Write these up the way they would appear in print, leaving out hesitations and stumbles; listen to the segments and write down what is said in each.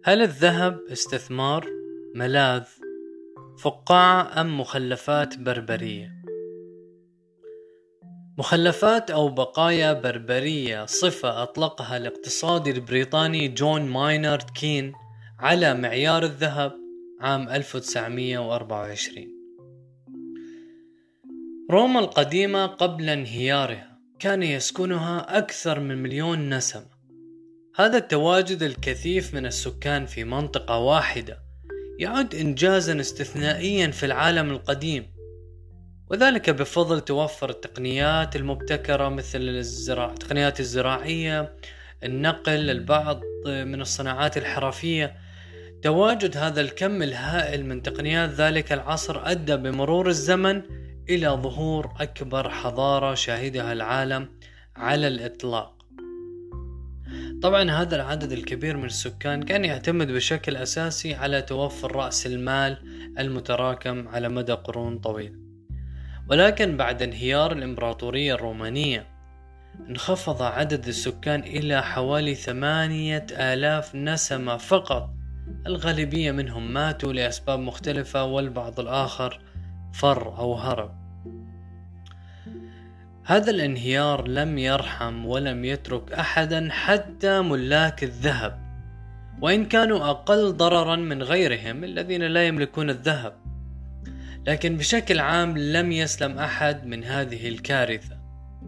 هل الذهب استثمار، ملاذ، فقاعة أم مخلفات بربرية؟ مخلفات أو بقايا بربرية صفة أطلقها الاقتصادي البريطاني جون ماينارد كين على معيار الذهب عام 1924. روما القديمة قبل انهيارها كان يسكنها أكثر من 1,000,000 نسمة. هذا التواجد الكثيف من السكان في منطقة واحدة يعد إنجازا استثنائيا في العالم القديم، وذلك بفضل توفر التقنيات المبتكرة مثل التقنيات الزراعية، النقل، البعض من الصناعات الحرفية. تواجد هذا الكم الهائل من تقنيات ذلك العصر أدى بمرور الزمن إلى ظهور أكبر حضارة شاهدها العالم على الإطلاق. طبعا هذا العدد الكبير من السكان كان يعتمد بشكل أساسي على توفر رأس المال المتراكم على مدى قرون طويلة، ولكن بعد انهيار الإمبراطورية الرومانية انخفض عدد السكان إلى حوالي 8,000 نسمة فقط. الغالبية منهم ماتوا لأسباب مختلفة، والبعض الآخر فر أو هرب. هذا الانهيار لم يرحم ولم يترك أحدا، حتى ملاك الذهب، وإن كانوا أقل ضررا من غيرهم الذين لا يملكون الذهب، لكن بشكل عام لم يسلم أحد من هذه الكارثة.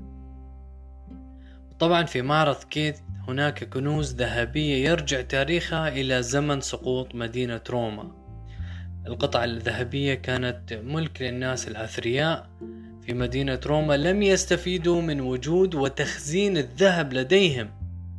طبعا في معرض كيث هناك كنوز ذهبية يرجع تاريخها إلى زمن سقوط مدينة روما. القطع الذهبية كانت ملك للناس الأثرياء في مدينة روما، لم يستفيدوا من وجود وتخزين الذهب لديهم.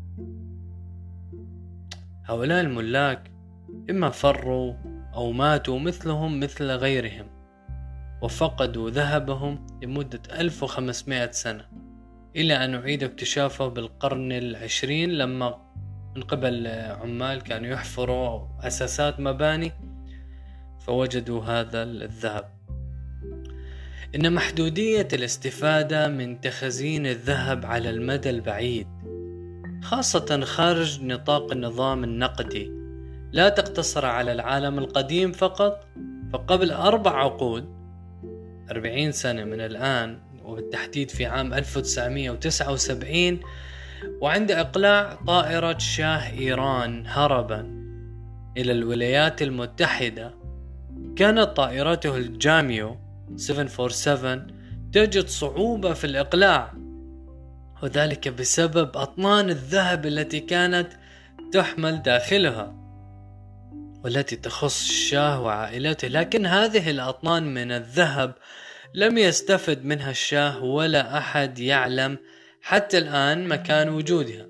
هؤلاء الملاك إما فروا أو ماتوا مثلهم مثل غيرهم، وفقدوا ذهبهم لمدة 1500 سنة، إلى أن أعيد اكتشافه بالقرن 20 لما من قبل عمال كانوا يحفروا أساسات مباني فوجدوا هذا الذهب. إن محدودية الاستفادة من تخزين الذهب على المدى البعيد، خاصة خارج نطاق النظام النقدي، لا تقتصر على العالم القديم فقط. فقبل 4 عقود 40 سنة من الآن، وبالتحديد في عام 1979، وعند إقلاع طائرة شاه إيران هربا إلى الولايات المتحدة، كانت طائرته الجاميو 747 تجد صعوبة في الإقلاع، وذلك بسبب أطنان الذهب التي كانت تحمل داخلها والتي تخص الشاه وعائلته. لكن هذه الأطنان من الذهب لم يستفد منها الشاه، ولا أحد يعلم حتى الآن مكان وجودها.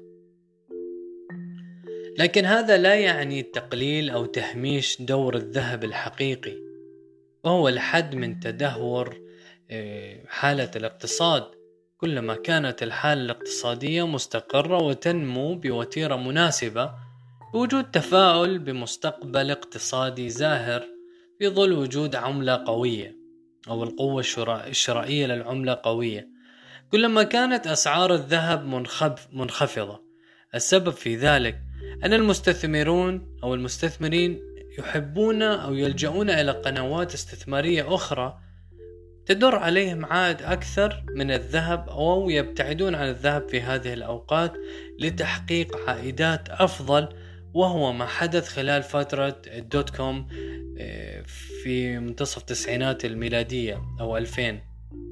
لكن هذا لا يعني تقليل أو تهميش دور الذهب الحقيقي، وهو الحد من تدهور حالة الاقتصاد. كلما كانت الحالة الاقتصادية مستقرة وتنمو بوتيرة مناسبة، بوجود تفاؤل بمستقبل اقتصادي زاهر في ظل وجود عملة قوية أو القوة الشرائية للعملة قوية، كلما كانت أسعار الذهب منخفضة. السبب في ذلك أن المستثمرين يحبون أو يلجؤون إلى قنوات استثمارية أخرى تدر عليهم عائد أكثر من الذهب، أو يبتعدون عن الذهب في هذه الأوقات لتحقيق عائدات أفضل، وهو ما حدث خلال فترة الدوت كوم في منتصف التسعينات الميلادية أو 2000.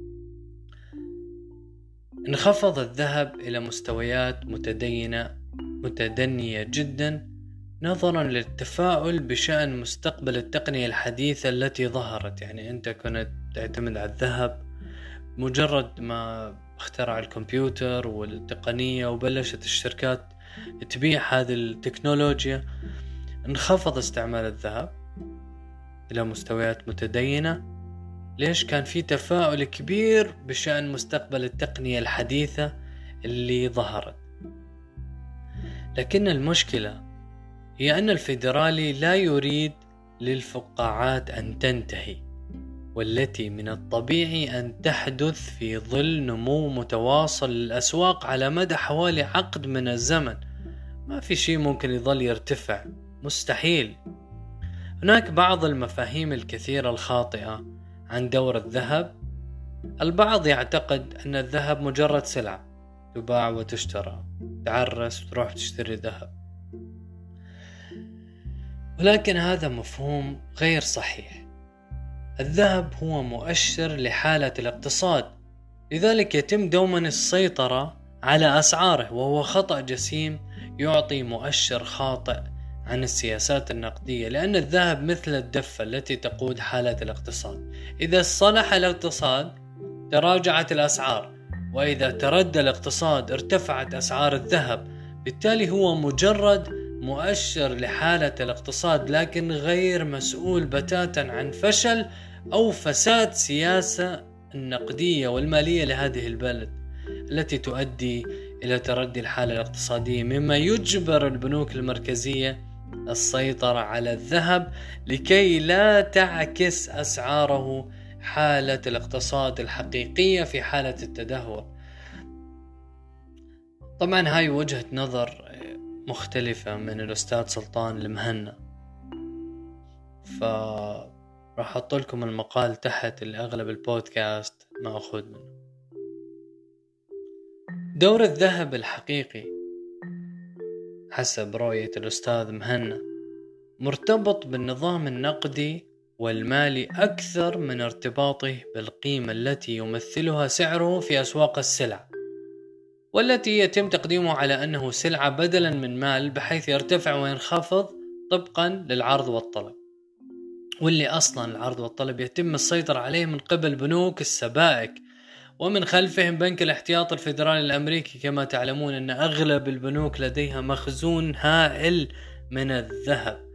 انخفض الذهب إلى مستويات متدنية جدا، نظرا للتفاؤل بشأن مستقبل التقنية الحديثة التي ظهرت. يعني أنت كنت تعتمد على الذهب، مجرد ما اخترع الكمبيوتر والتقنية وبلشت الشركات تبيع هذه التكنولوجيا، انخفض استعمال الذهب إلى مستويات متدينة. ليش؟ كان في تفاؤل كبير بشأن مستقبل التقنية الحديثة اللي ظهرت. لكن المشكلة هي أن الفيدرالي لا يريد للفقاعات أن تنتهي، والتي من الطبيعي أن تحدث في ظل نمو متواصل للأسواق على مدى حوالي عقد من الزمن. ما في شيء ممكن يظل يرتفع مستحيل. هناك بعض المفاهيم الكثيرة الخاطئة عن دور الذهب. البعض يعتقد أن الذهب مجرد سلعة تباع وتشترى، تعرس وتروح تشتري ذهب، ولكن هذا مفهوم غير صحيح. الذهب هو مؤشر لحالة الاقتصاد، لذلك يتم دوما السيطرة على أسعاره، وهو خطأ جسيم يعطي مؤشر خاطئ عن السياسات النقدية، لأن الذهب مثل الدفة التي تقود حالة الاقتصاد. إذا صلح الاقتصاد تراجعت الأسعار، وإذا تردى الاقتصاد ارتفعت أسعار الذهب. بالتالي هو مجرد مؤشر لحالة الاقتصاد، لكن غير مسؤول بتاتا عن فشل أو فساد سياسة النقدية والمالية لهذه البلد، التي تؤدي إلى تردي الحالة الاقتصادية، مما يجبر البنوك المركزية السيطرة على الذهب لكي لا تعكس أسعاره حالة الاقتصاد الحقيقية في حالة التدهور. طبعا هاي وجهة نظر مختلفة من الأستاذ سلطان المهنا، فراح أحط لكم المقال تحت اللي أغلب البودكاست مأخوذ منه. دور الذهب الحقيقي حسب رؤية الأستاذ مهنا مرتبط بالنظام النقدي والمالي أكثر من ارتباطه بالقيمة التي يمثلها سعره في أسواق السلع، والتي يتم تقديمه على أنه سلعة بدلا من مال، بحيث يرتفع وينخفض طبقا للعرض والطلب، واللي أصلا العرض والطلب يتم السيطرة عليه من قبل بنوك السبائك، ومن خلفهم بنك الاحتياط الفيدرالي الأمريكي. كما تعلمون أن أغلب البنوك لديها مخزون هائل من الذهب.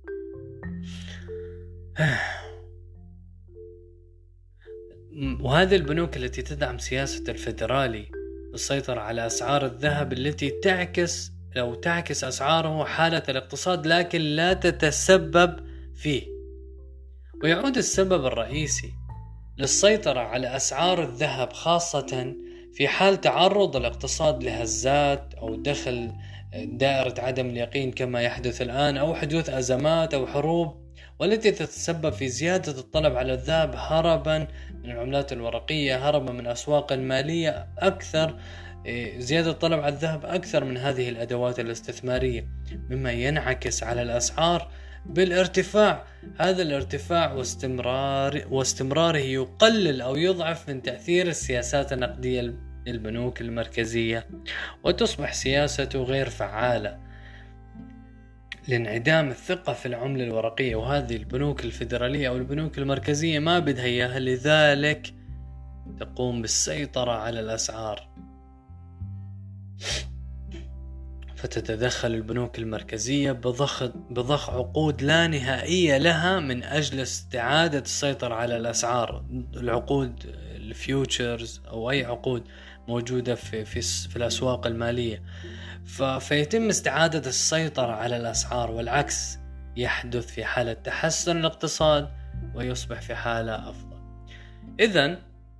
وهذه البنوك التي تدعم سياسة الفيدرالي بالسيطرة على أسعار الذهب، التي تعكس أسعاره حالة الاقتصاد لكن لا تتسبب فيه. ويعود السبب الرئيسي للسيطرة على أسعار الذهب خاصة في حال تعرض الاقتصاد لهزات أو دخل دائرة عدم اليقين كما يحدث الآن، أو حدوث أزمات أو حروب، والتي تتسبب في زيادة الطلب على الذهب هربا من العملات الورقية، هربا من أسواق المالية أكثر. زيادة الطلب على الذهب أكثر من هذه الأدوات الاستثمارية، مما ينعكس على الأسعار بالارتفاع. هذا الارتفاع واستمراره يقلل أو يضعف من تأثير السياسات النقدية للبنوك المركزية، وتصبح سياسته غير فعالة لانعدام الثقة في العملة الورقية. وهذه البنوك الفيدرالية أو البنوك المركزية ما بدها إياها، لذلك تقوم بالسيطرة على الأسعار. فتتدخل البنوك المركزية بضخ عقود لا نهائية لها من أجل استعادة السيطرة على الأسعار، العقود الفيوتشرز أو أي عقود موجودة في الأسواق المالية. فيتم استعادة السيطرة على الأسعار، والعكس يحدث في حالة تحسن الاقتصاد ويصبح في حالة أفضل. إذن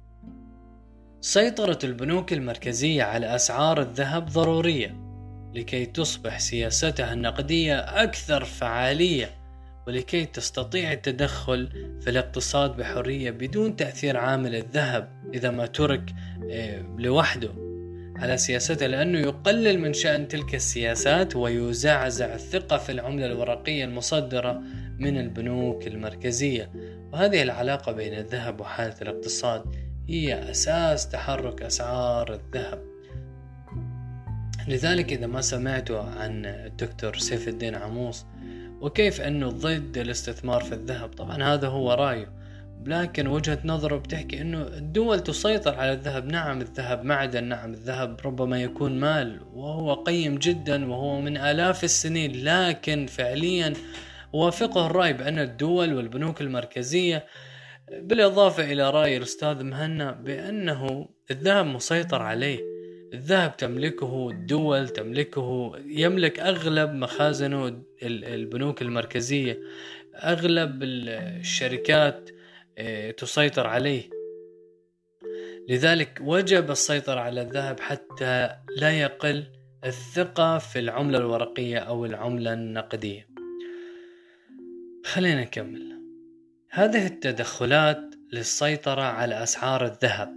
سيطرة البنوك المركزية على أسعار الذهب ضرورية لكي تصبح سياستها النقدية أكثر فعالية، ولكي تستطيع التدخل في الاقتصاد بحرية بدون تأثير عامل الذهب إذا ما ترك لوحده على سياستها، لأنه يقلل من شأن تلك السياسات ويزعزع الثقة في العملة الورقية المصدرة من البنوك المركزية. وهذه العلاقة بين الذهب وحالة الاقتصاد هي أساس تحرك أسعار الذهب. لذلك إذا ما سمعتوا عن الدكتور سيف الدين عموس وكيف أنه ضد الاستثمار في الذهب، طبعا هذا هو رأيه، لكن وجهة نظره بتحكي أنه الدول تسيطر على الذهب. نعم الذهب معدن، نعم الذهب ربما يكون مال وهو قيم جدا وهو من آلاف السنين، لكن فعليا وافقه الرأي بأن الدول والبنوك المركزية، بالإضافة إلى رأي الأستاذ مهنا بأنه الذهب مسيطر عليه. الذهب تملكه الدول، يملك أغلب مخازنه البنوك المركزية، أغلب الشركات تسيطر عليه. لذلك وجب السيطرة على الذهب حتى لا يقل الثقة في العملة الورقية أو العملة النقدية. خلينا نكمل. هذه التدخلات للسيطرة على أسعار الذهب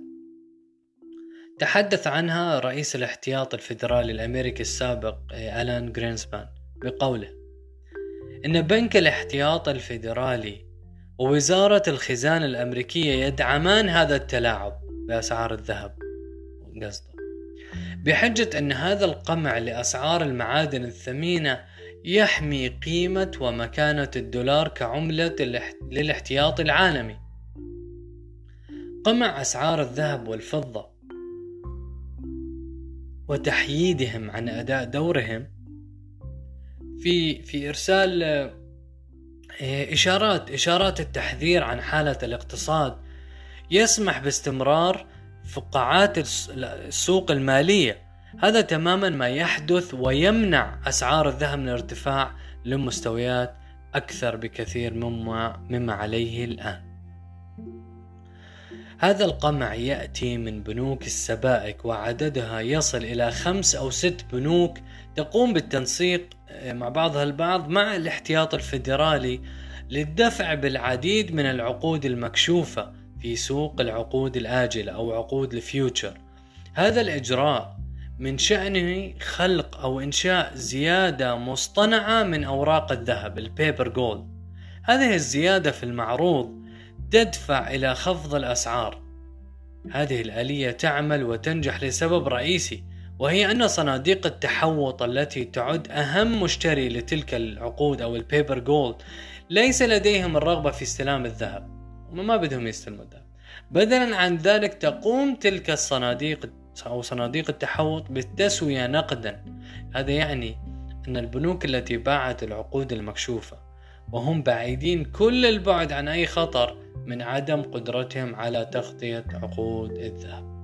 تحدث عنها رئيس الاحتياط الفيدرالي الأمريكي السابق ألان جرينسبان بقوله إن بنك الاحتياط الفيدرالي ووزارة الخزانة الأمريكية يدعمان هذا التلاعب بأسعار الذهب قصده، بحجة أن هذا القمع لأسعار المعادن الثمينة يحمي قيمة ومكانة الدولار كعملة للاحتياط العالمي. قمع أسعار الذهب والفضة وتحييدهم عن أداء دورهم في إرسال إشارات التحذير عن حالة الاقتصاد يسمح باستمرار فقاعات السوق المالية. هذا تماما ما يحدث ويمنع أسعار الذهب من الارتفاع لمستويات أكثر بكثير مما عليه الآن. هذا القمع يأتي من بنوك السبائك وعددها يصل إلى 5 أو 6 بنوك تقوم بالتنسيق مع بعضها البعض مع الاحتياط الفيدرالي للدفع بالعديد من العقود المكشوفة في سوق العقود الآجلة أو عقود الفيوتشر. هذا الإجراء من شأنه خلق أو إنشاء زيادة مصطنعة من أوراق الذهب البيبر جولد. هذه الزيادة في المعروض تدفع إلى خفض الأسعار. هذه الآلية تعمل وتنجح لسبب رئيسي، وهي أن صناديق التحوط التي تعد أهم مشتري لتلك العقود أو البيبر جولد ليس لديهم الرغبة في استلام الذهب، وما بدهم يستلموا الذهب. بدلا عن ذلك تقوم تلك الصناديق أو صناديق التحوط بالتسوية نقدا. هذا يعني أن البنوك التي باعت العقود المكشوفة وهم بعيدين كل البعد عن أي خطر من عدم قدرتهم على تغطية عقود الذهب.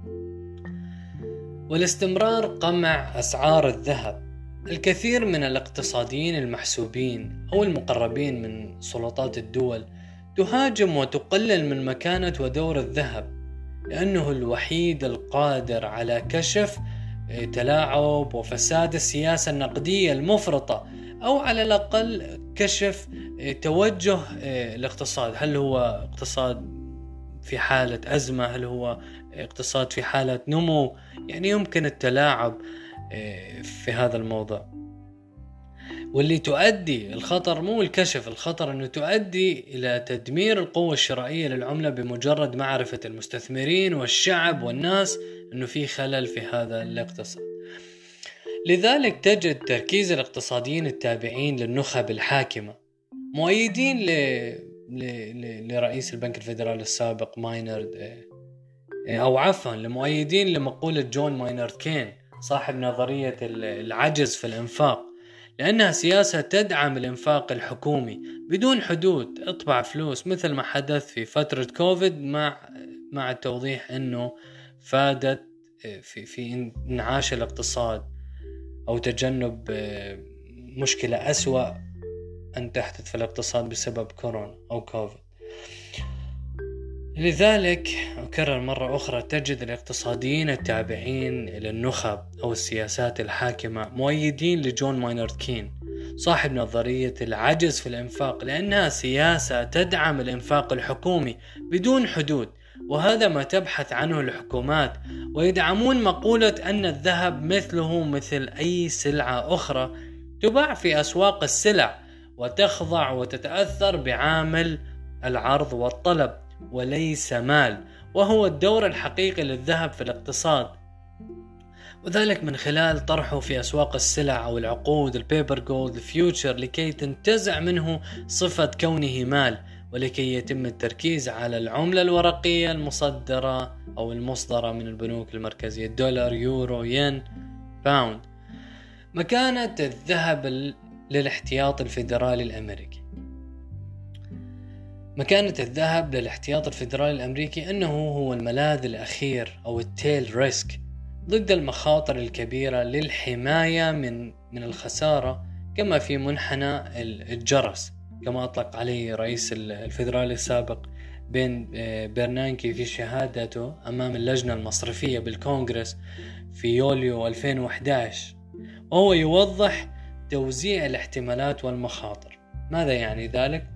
والاستمرار قمع أسعار الذهب، الكثير من الاقتصاديين المحسوبين أو المقربين من سلطات الدول تهاجم وتقلل من مكانة ودور الذهب، لأنه الوحيد القادر على كشف تلاعب وفساد السياسة النقدية المفرطة، أو على الأقل كشف توجه الاقتصاد. هل هو اقتصاد في حالة أزمة؟ هل هو اقتصاد في حالة نمو؟ يعني يمكن التلاعب في هذا الموضوع، واللي تؤدي الخطر مو الكشف، الخطر أنه تؤدي إلى تدمير القوة الشرائية للعملة بمجرد معرفة المستثمرين والشعب والناس أنه في خلل في هذا الاقتصاد. لذلك تجد تركيز الاقتصاديين التابعين للنخب الحاكمة مؤيدين لرئيس البنك الفيدرالي السابق ماينارد، أو عفوا لمؤيدين لمقولة جون ماينارد كين صاحب نظرية العجز في الإنفاق، لأنها سياسة تدعم الإنفاق الحكومي بدون حدود، اطبع فلوس مثل ما حدث في فترة كوفيد، مع التوضيح أنه فادت في انعاش الاقتصاد أو تجنب مشكلة أسوأ أن تحدث في الاقتصاد بسبب كورونا أو كوفيد. لذلك أكرر مرة أخرى تجد الاقتصاديين التابعين للنخب أو السياسات الحاكمة مؤيدين لجون ماينارد كين صاحب نظرية العجز في الإنفاق، لأنها سياسة تدعم الإنفاق الحكومي بدون حدود، وهذا ما تبحث عنه الحكومات. ويدعمون مقولة أن الذهب مثله مثل أي سلعة أخرى تباع في أسواق السلع وتخضع وتتأثر بعامل العرض والطلب وليس مال، وهو الدور الحقيقي للذهب في الاقتصاد، وذلك من خلال طرحه في أسواق السلع أو العقود البيبر جولد الفيوتشر لكي تنتزع منه صفة كونه مال، ولكي يتم التركيز على العملة الورقية المصدرة أو المصدرة من البنوك المركزية، دولار، يورو، ين، باوند. مكانة الذهب للاحتياط الفيدرالي الأمريكي. مكانة الذهب للاحتياط الفيدرالي الأمريكي أنه هو الملاذ الأخير أو التيل ريسك ضد المخاطر الكبيرة للحماية من الخسارة، كما في منحنى الجرس كما أطلق عليه رئيس الفيدرالي السابق بيرنانكي في شهادته أمام اللجنة المصرفية بالكونغرس في يوليو 2011، وهو يوضح توزيع الاحتمالات والمخاطر. ماذا يعني ذلك؟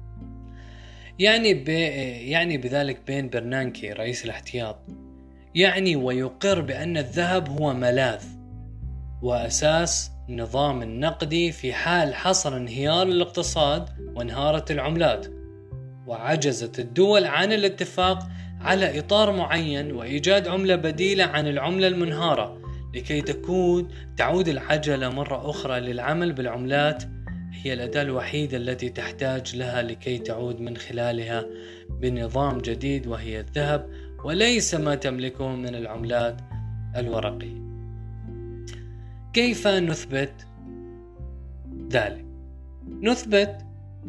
يعني بذلك بين برنانكي رئيس الاحتياط يعني ويقر بأن الذهب هو ملاذ وأساس النظام النقدي في حال حصل انهيار الاقتصاد وانهارت العملات، وعجزت الدول عن الاتفاق على إطار معين وإيجاد عملة بديلة عن العملة المنهارة لكي تعود العجلة مرة أخرى للعمل بالعملات. هي الأداة الوحيدة التي تحتاج لها لكي تعود من خلالها بنظام جديد، وهي الذهب وليس ما تملكه من العملات الورقية. كيف نثبت ذلك؟ نثبت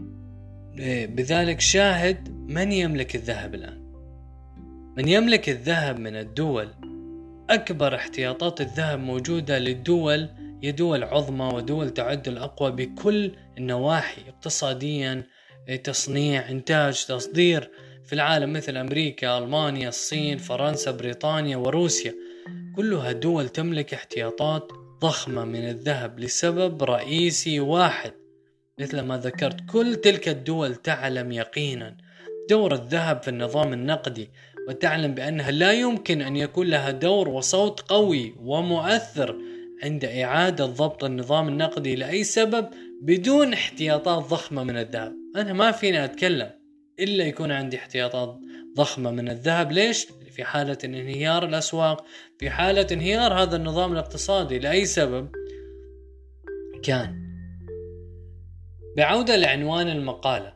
بذلك شاهد من يملك الذهب الآن. من يملك الذهب من الدول، أكبر احتياطات الذهب موجودة للدول، هي دول عظمى ودول تعد الأقوى بكل النواحي اقتصاديا، تصنيع، إنتاج، تصدير في العالم، مثل أمريكا، ألمانيا، الصين، فرنسا، بريطانيا وروسيا. كلها دول تملك احتياطات ضخمة من الذهب لسبب رئيسي واحد. مثل ما ذكرت، كل تلك الدول تعلم يقينا دور الذهب في النظام النقدي، وتعلم بأنها لا يمكن أن يكون لها دور وصوت قوي ومؤثر عند إعادة ضبط النظام النقدي لأي سبب بدون احتياطات ضخمة من الذهب. أنا ما فيني أتكلم إلا يكون عندي احتياطات ضخمة من الذهب. ليش؟ في حالة انهيار الأسواق، في حالة انهيار هذا النظام الاقتصادي لأي سبب كان. بعودة لعنوان المقالة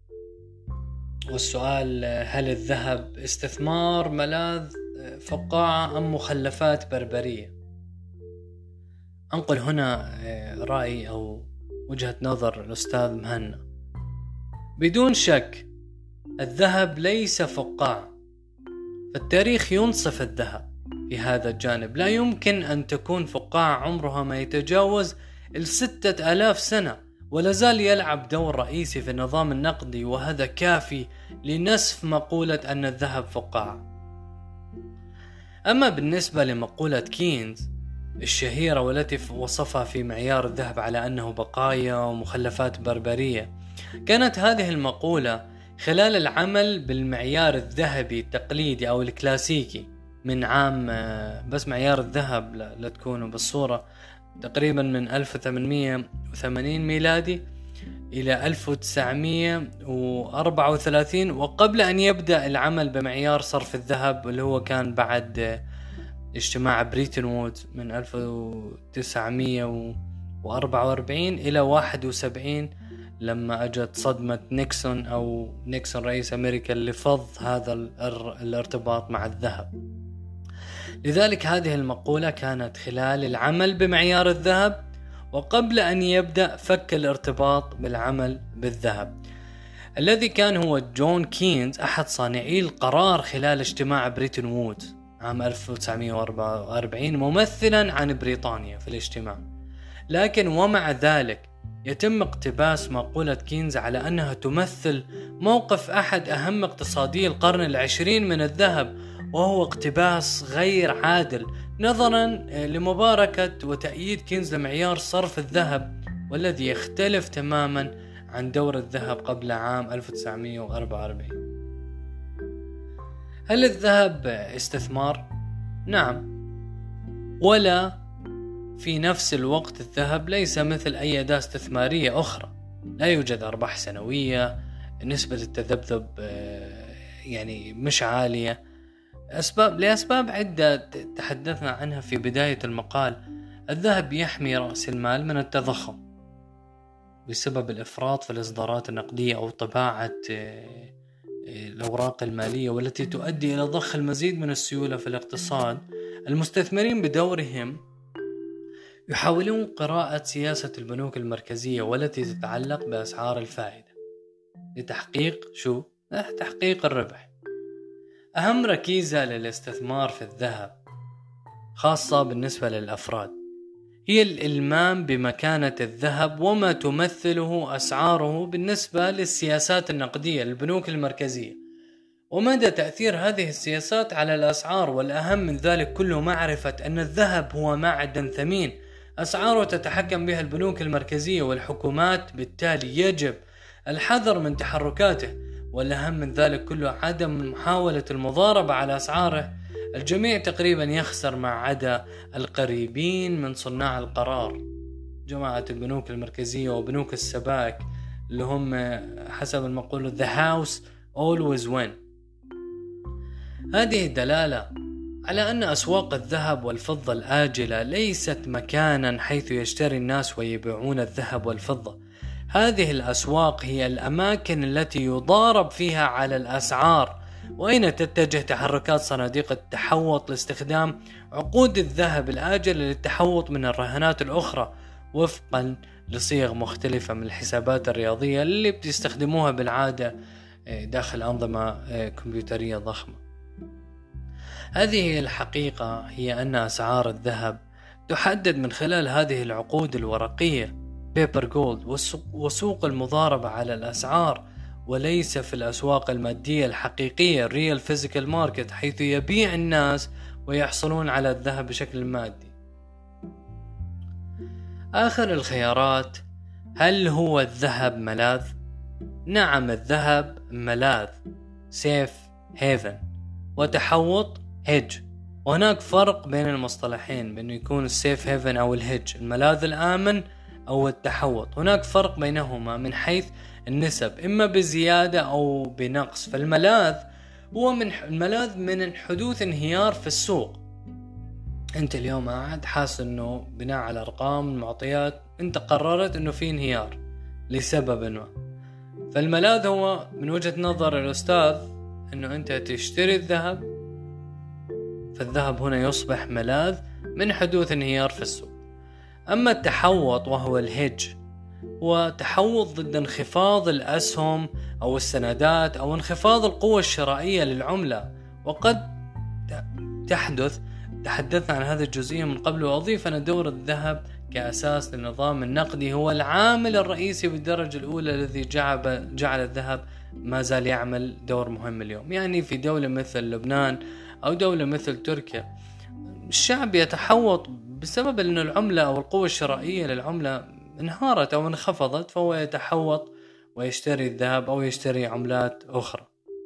والسؤال، هل الذهب استثمار، ملاذ، فقاعة أم مخلفات بربرية؟ أنقل هنا رأي أو وجهة نظر الأستاذ مهنا. بدون شك الذهب ليس فقاعة، فالتاريخ ينصف الذهب في هذا الجانب. لا يمكن أن تكون فقاعة عمرها ما يتجاوز 6000 سنة ولا زال يلعب دور رئيسي في النظام النقدي، وهذا كافي لنسف مقولة أن الذهب فقاعة. أما بالنسبة لمقولة كينز الشهيرة والتي وصفها في معيار الذهب على أنه بقايا ومخلفات بربرية، كانت هذه المقولة خلال العمل بالمعيار الذهبي التقليدي أو الكلاسيكي من عام، بس معيار الذهب لا تكونوا بالصورة، تقريبا من 1880 ميلادي إلى 1934، وقبل أن يبدأ العمل بمعيار صرف الذهب اللي هو كان بعد اجتماع بريتن وودز من 1944 إلى 71 لما أجت صدمة نيكسون رئيس أمريكا لفض هذا الارتباط مع الذهب. لذلك هذه المقولة كانت خلال العمل بمعيار الذهب وقبل أن يبدأ فك الارتباط بالعمل بالذهب، الذي كان هو جون كينز أحد صانعي القرار خلال اجتماع بريتن وودز عام 1944 ممثلا عن بريطانيا في الاجتماع. لكن ومع ذلك يتم اقتباس مقولة كينز على أنها تمثل موقف أحد أهم اقتصادي القرن العشرين من الذهب، وهو اقتباس غير عادل نظرا لمباركة وتأييد كينز لمعيار صرف الذهب، والذي يختلف تماما عن دور الذهب قبل عام 1944. هل الذهب استثمار؟ نعم، ولا في نفس الوقت الذهب ليس مثل أي أداة استثمارية أخرى. لا يوجد أرباح سنوية، نسبة التذبذب يعني مش عالية، لأسباب عدة تحدثنا عنها في بداية المقال. الذهب يحمي رأس المال من التضخم بسبب الإفراط في الإصدارات النقدية أو طباعة الأوراق المالية، والتي تؤدي إلى ضخ المزيد من السيولة في الاقتصاد. المستثمرين بدورهم يحاولون قراءة سياسة البنوك المركزية والتي تتعلق بأسعار الفائدة لتحقيق تحقيق الربح. أهم ركيزة للاستثمار في الذهب خاصة بالنسبة للأفراد هي الإلمام بمكانة الذهب وما تمثله أسعاره بالنسبة للسياسات النقدية للبنوك المركزية، ومدى تأثير هذه السياسات على الأسعار. والأهم من ذلك كله معرفة أن الذهب هو معدن ثمين أسعاره تتحكم بها البنوك المركزية والحكومات، بالتالي يجب الحذر من تحركاته، والأهم من ذلك كله عدم محاولة المضاربة على أسعاره. الجميع تقريبا يخسر ما عدا القريبين من صناع القرار، جماعة البنوك المركزية وبنوك السبائك، اللي هم حسب المقولة The House always win. هذه دلالة على أن أسواق الذهب والفضة الآجلة ليست مكانا حيث يشتري الناس ويبيعون الذهب والفضة. هذه الأسواق هي الأماكن التي يضارب فيها على الأسعار، وأين تتجه تحركات صناديق التحوط لاستخدام عقود الذهب الآجلة للتحوط من الرهانات الأخرى وفقا لصيغ مختلفة من الحسابات الرياضية اللي بتستخدموها بالعادة داخل أنظمة كمبيوترية ضخمة. هذه الحقيقة هي أن أسعار الذهب تحدد من خلال هذه العقود الورقية بيبر جولد وسوق المضاربة على الأسعار، وليس في الأسواق المادية الحقيقية ريال فيزيكال ماركت حيث يبيع الناس ويحصلون على الذهب بشكل مادي. آخر الخيارات، هل هو الذهب ملاذ؟ نعم، الذهب ملاذ سيف هيفن، وتحوط هيج. وهناك فرق بين المصطلحين، بأنه يكون السيف هيفن أو الهيج، الملاذ الآمن أو التحوط. هناك فرق بينهما من حيث النسب، إما بزيادة أو بنقص. فالملاذ هو الملاذ من حدوث انهيار في السوق. أنت اليوم قاعد حاس أنه بناء على أرقام المعطيات أنت قررت أنه في انهيار لسبب ما. فالملاذ هو من وجهة نظر الأستاذ أنه أنت تشتري الذهب، فالذهب هنا يصبح ملاذ من حدوث انهيار في السوق. أما التحوط وهو الهيج، وتحوط ضد انخفاض الأسهم أو السندات أو انخفاض القوة الشرائية للعملة. وقد تحدث، تحدثنا عن هذه الجزئية من قبل، وأضيف أن دور الذهب كأساس للنظام النقدي هو العامل الرئيسي بالدرجة الأولى الذي جعل الذهب ما زال يعمل دور مهم اليوم. يعني في دولة مثل لبنان أو دولة مثل تركيا، الشعب يتحوط بسبب أن العملة أو القوة الشرائية للعملة انهارت أو انخفضت، فهو يتحوط ويشتري الذهب أو يشتري عملات أخرى.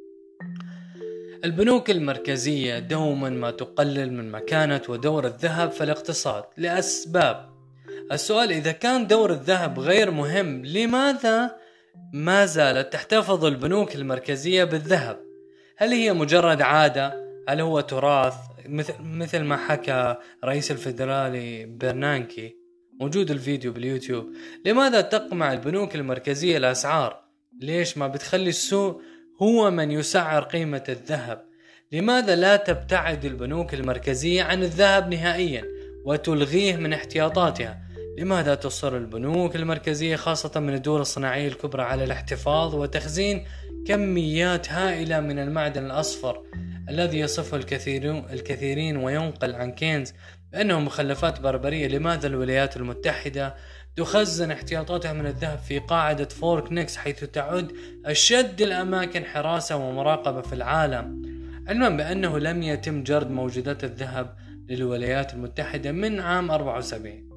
البنوك المركزية دوما ما تقلل من مكانة ودور الذهب في الاقتصاد لأسباب. السؤال، إذا كان دور الذهب غير مهم، لماذا ما زالت تحتفظ البنوك المركزية بالذهب؟ هل هي مجرد عادة؟ هل هو تراث مثل ما حكى رئيس الفيدرالي برنانكي؟ موجود الفيديو باليوتيوب. لماذا تقمع البنوك المركزية الأسعار؟ ليش ما بتخلي السوق هو من يسعر قيمة الذهب؟ لماذا لا تبتعد البنوك المركزية عن الذهب نهائيا وتلغيه من احتياطاتها؟ لماذا تصر البنوك المركزية خاصة من الدول الصناعية الكبرى على الاحتفاظ وتخزين كميات هائلة من المعدن الأصفر الذي يصفه الكثيرين وينقل عن كينز بأنه مخلفات بربرية؟ لماذا الولايات المتحدة تخزن احتياطاتها من الذهب في قاعدة فورك نيكس حيث تعد أشد الأماكن حراسة ومراقبة في العالم، علما بأنه لم يتم جرد موجودات الذهب للولايات المتحدة من عام 74؟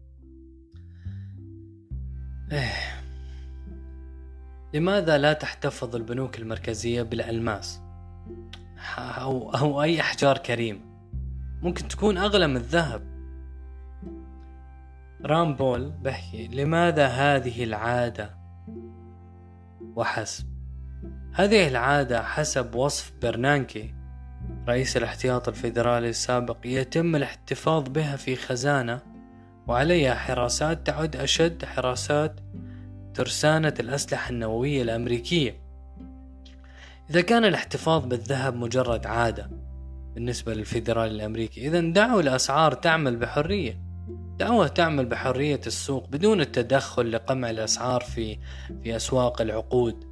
لماذا لا تحتفظ البنوك المركزية بالألماس أو أي أحجار كريمة ممكن تكون أغلى من الذهب؟ رامبول بحكي لماذا هذه العادة وحسب. هذه العادة حسب وصف برنانكي رئيس الاحتياط الفيدرالي السابق يتم الاحتفاظ بها في خزانة وعليها حراسات تعد أشد حراسات ترسانة الأسلحة النووية الأمريكية. إذا كان الاحتفاظ بالذهب مجرد عادة بالنسبة للفيدرالي الأمريكي، إذن دعوا الأسعار تعمل بحرية، دعوها تعمل بحرية السوق بدون التدخل لقمع الأسعار في أسواق العقود،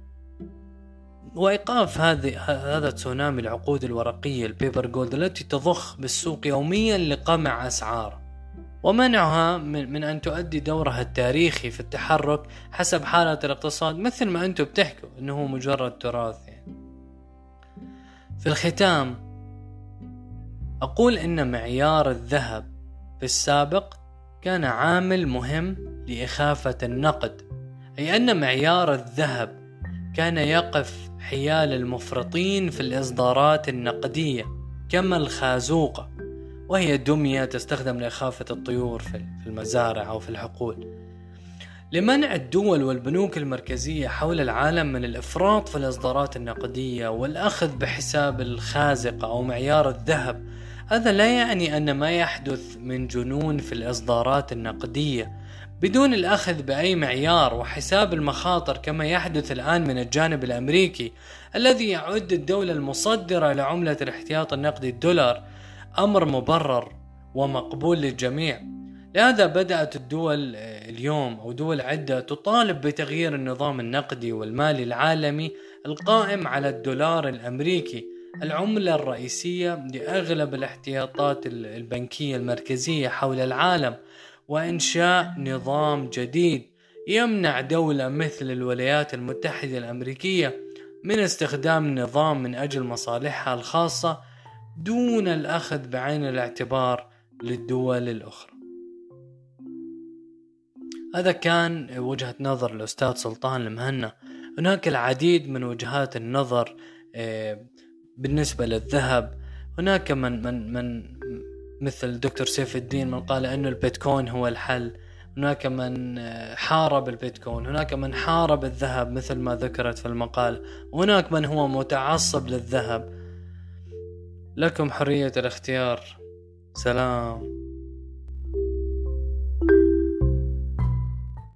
وإيقاف هذا تسونامي العقود الورقية البيبر جولد التي تضخ بالسوق يوميا لقمع أسعار، ومنعها من أن تؤدي دورها التاريخي في التحرك حسب حالة الاقتصاد مثل ما أنتم بتحكوا أنه مجرد تراث. يعني في الختام أقول إن معيار الذهب في السابق كان عامل مهم لإخافة النقد، أي أن معيار الذهب كان يقف حيال المفرطين في الإصدارات النقدية، كما الخازوقة، وهي دمية تستخدم لإخافة الطيور في المزارع أو في الحقول، لمنع الدول والبنوك المركزية حول العالم من الإفراط في الإصدارات النقدية والأخذ بحساب الخازقة أو معيار الذهب. هذا لا يعني أن ما يحدث من جنون في الإصدارات النقدية بدون الأخذ بأي معيار وحساب المخاطر كما يحدث الآن من الجانب الأمريكي، الذي يعد الدولة المصدرة لعملة الاحتياط النقدي الدولار أمر مبرر ومقبول للجميع. لهذا بدأت الدول اليوم أو دول عدة تطالب بتغيير النظام النقدي والمالي العالمي القائم على الدولار الأمريكي، العملة الرئيسية لأغلب الاحتياطات البنكية المركزية حول العالم، وإنشاء نظام جديد يمنع دولة مثل الولايات المتحدة الأمريكية من استخدام نظام من أجل مصالحها الخاصة دون الأخذ بعين الاعتبار للدول الأخرى. هذا كان وجهة نظر الأستاذ سلطان المهنا. هناك العديد من وجهات النظر بالنسبة للذهب. هناك من مثل دكتور سيف الدين من قال أن البيتكوين هو الحل، هناك من حارب البيتكوين، هناك من حارب الذهب مثل ما ذكرت في المقال، هناك من هو متعصب للذهب. لكم حرية الاختيار. سلام.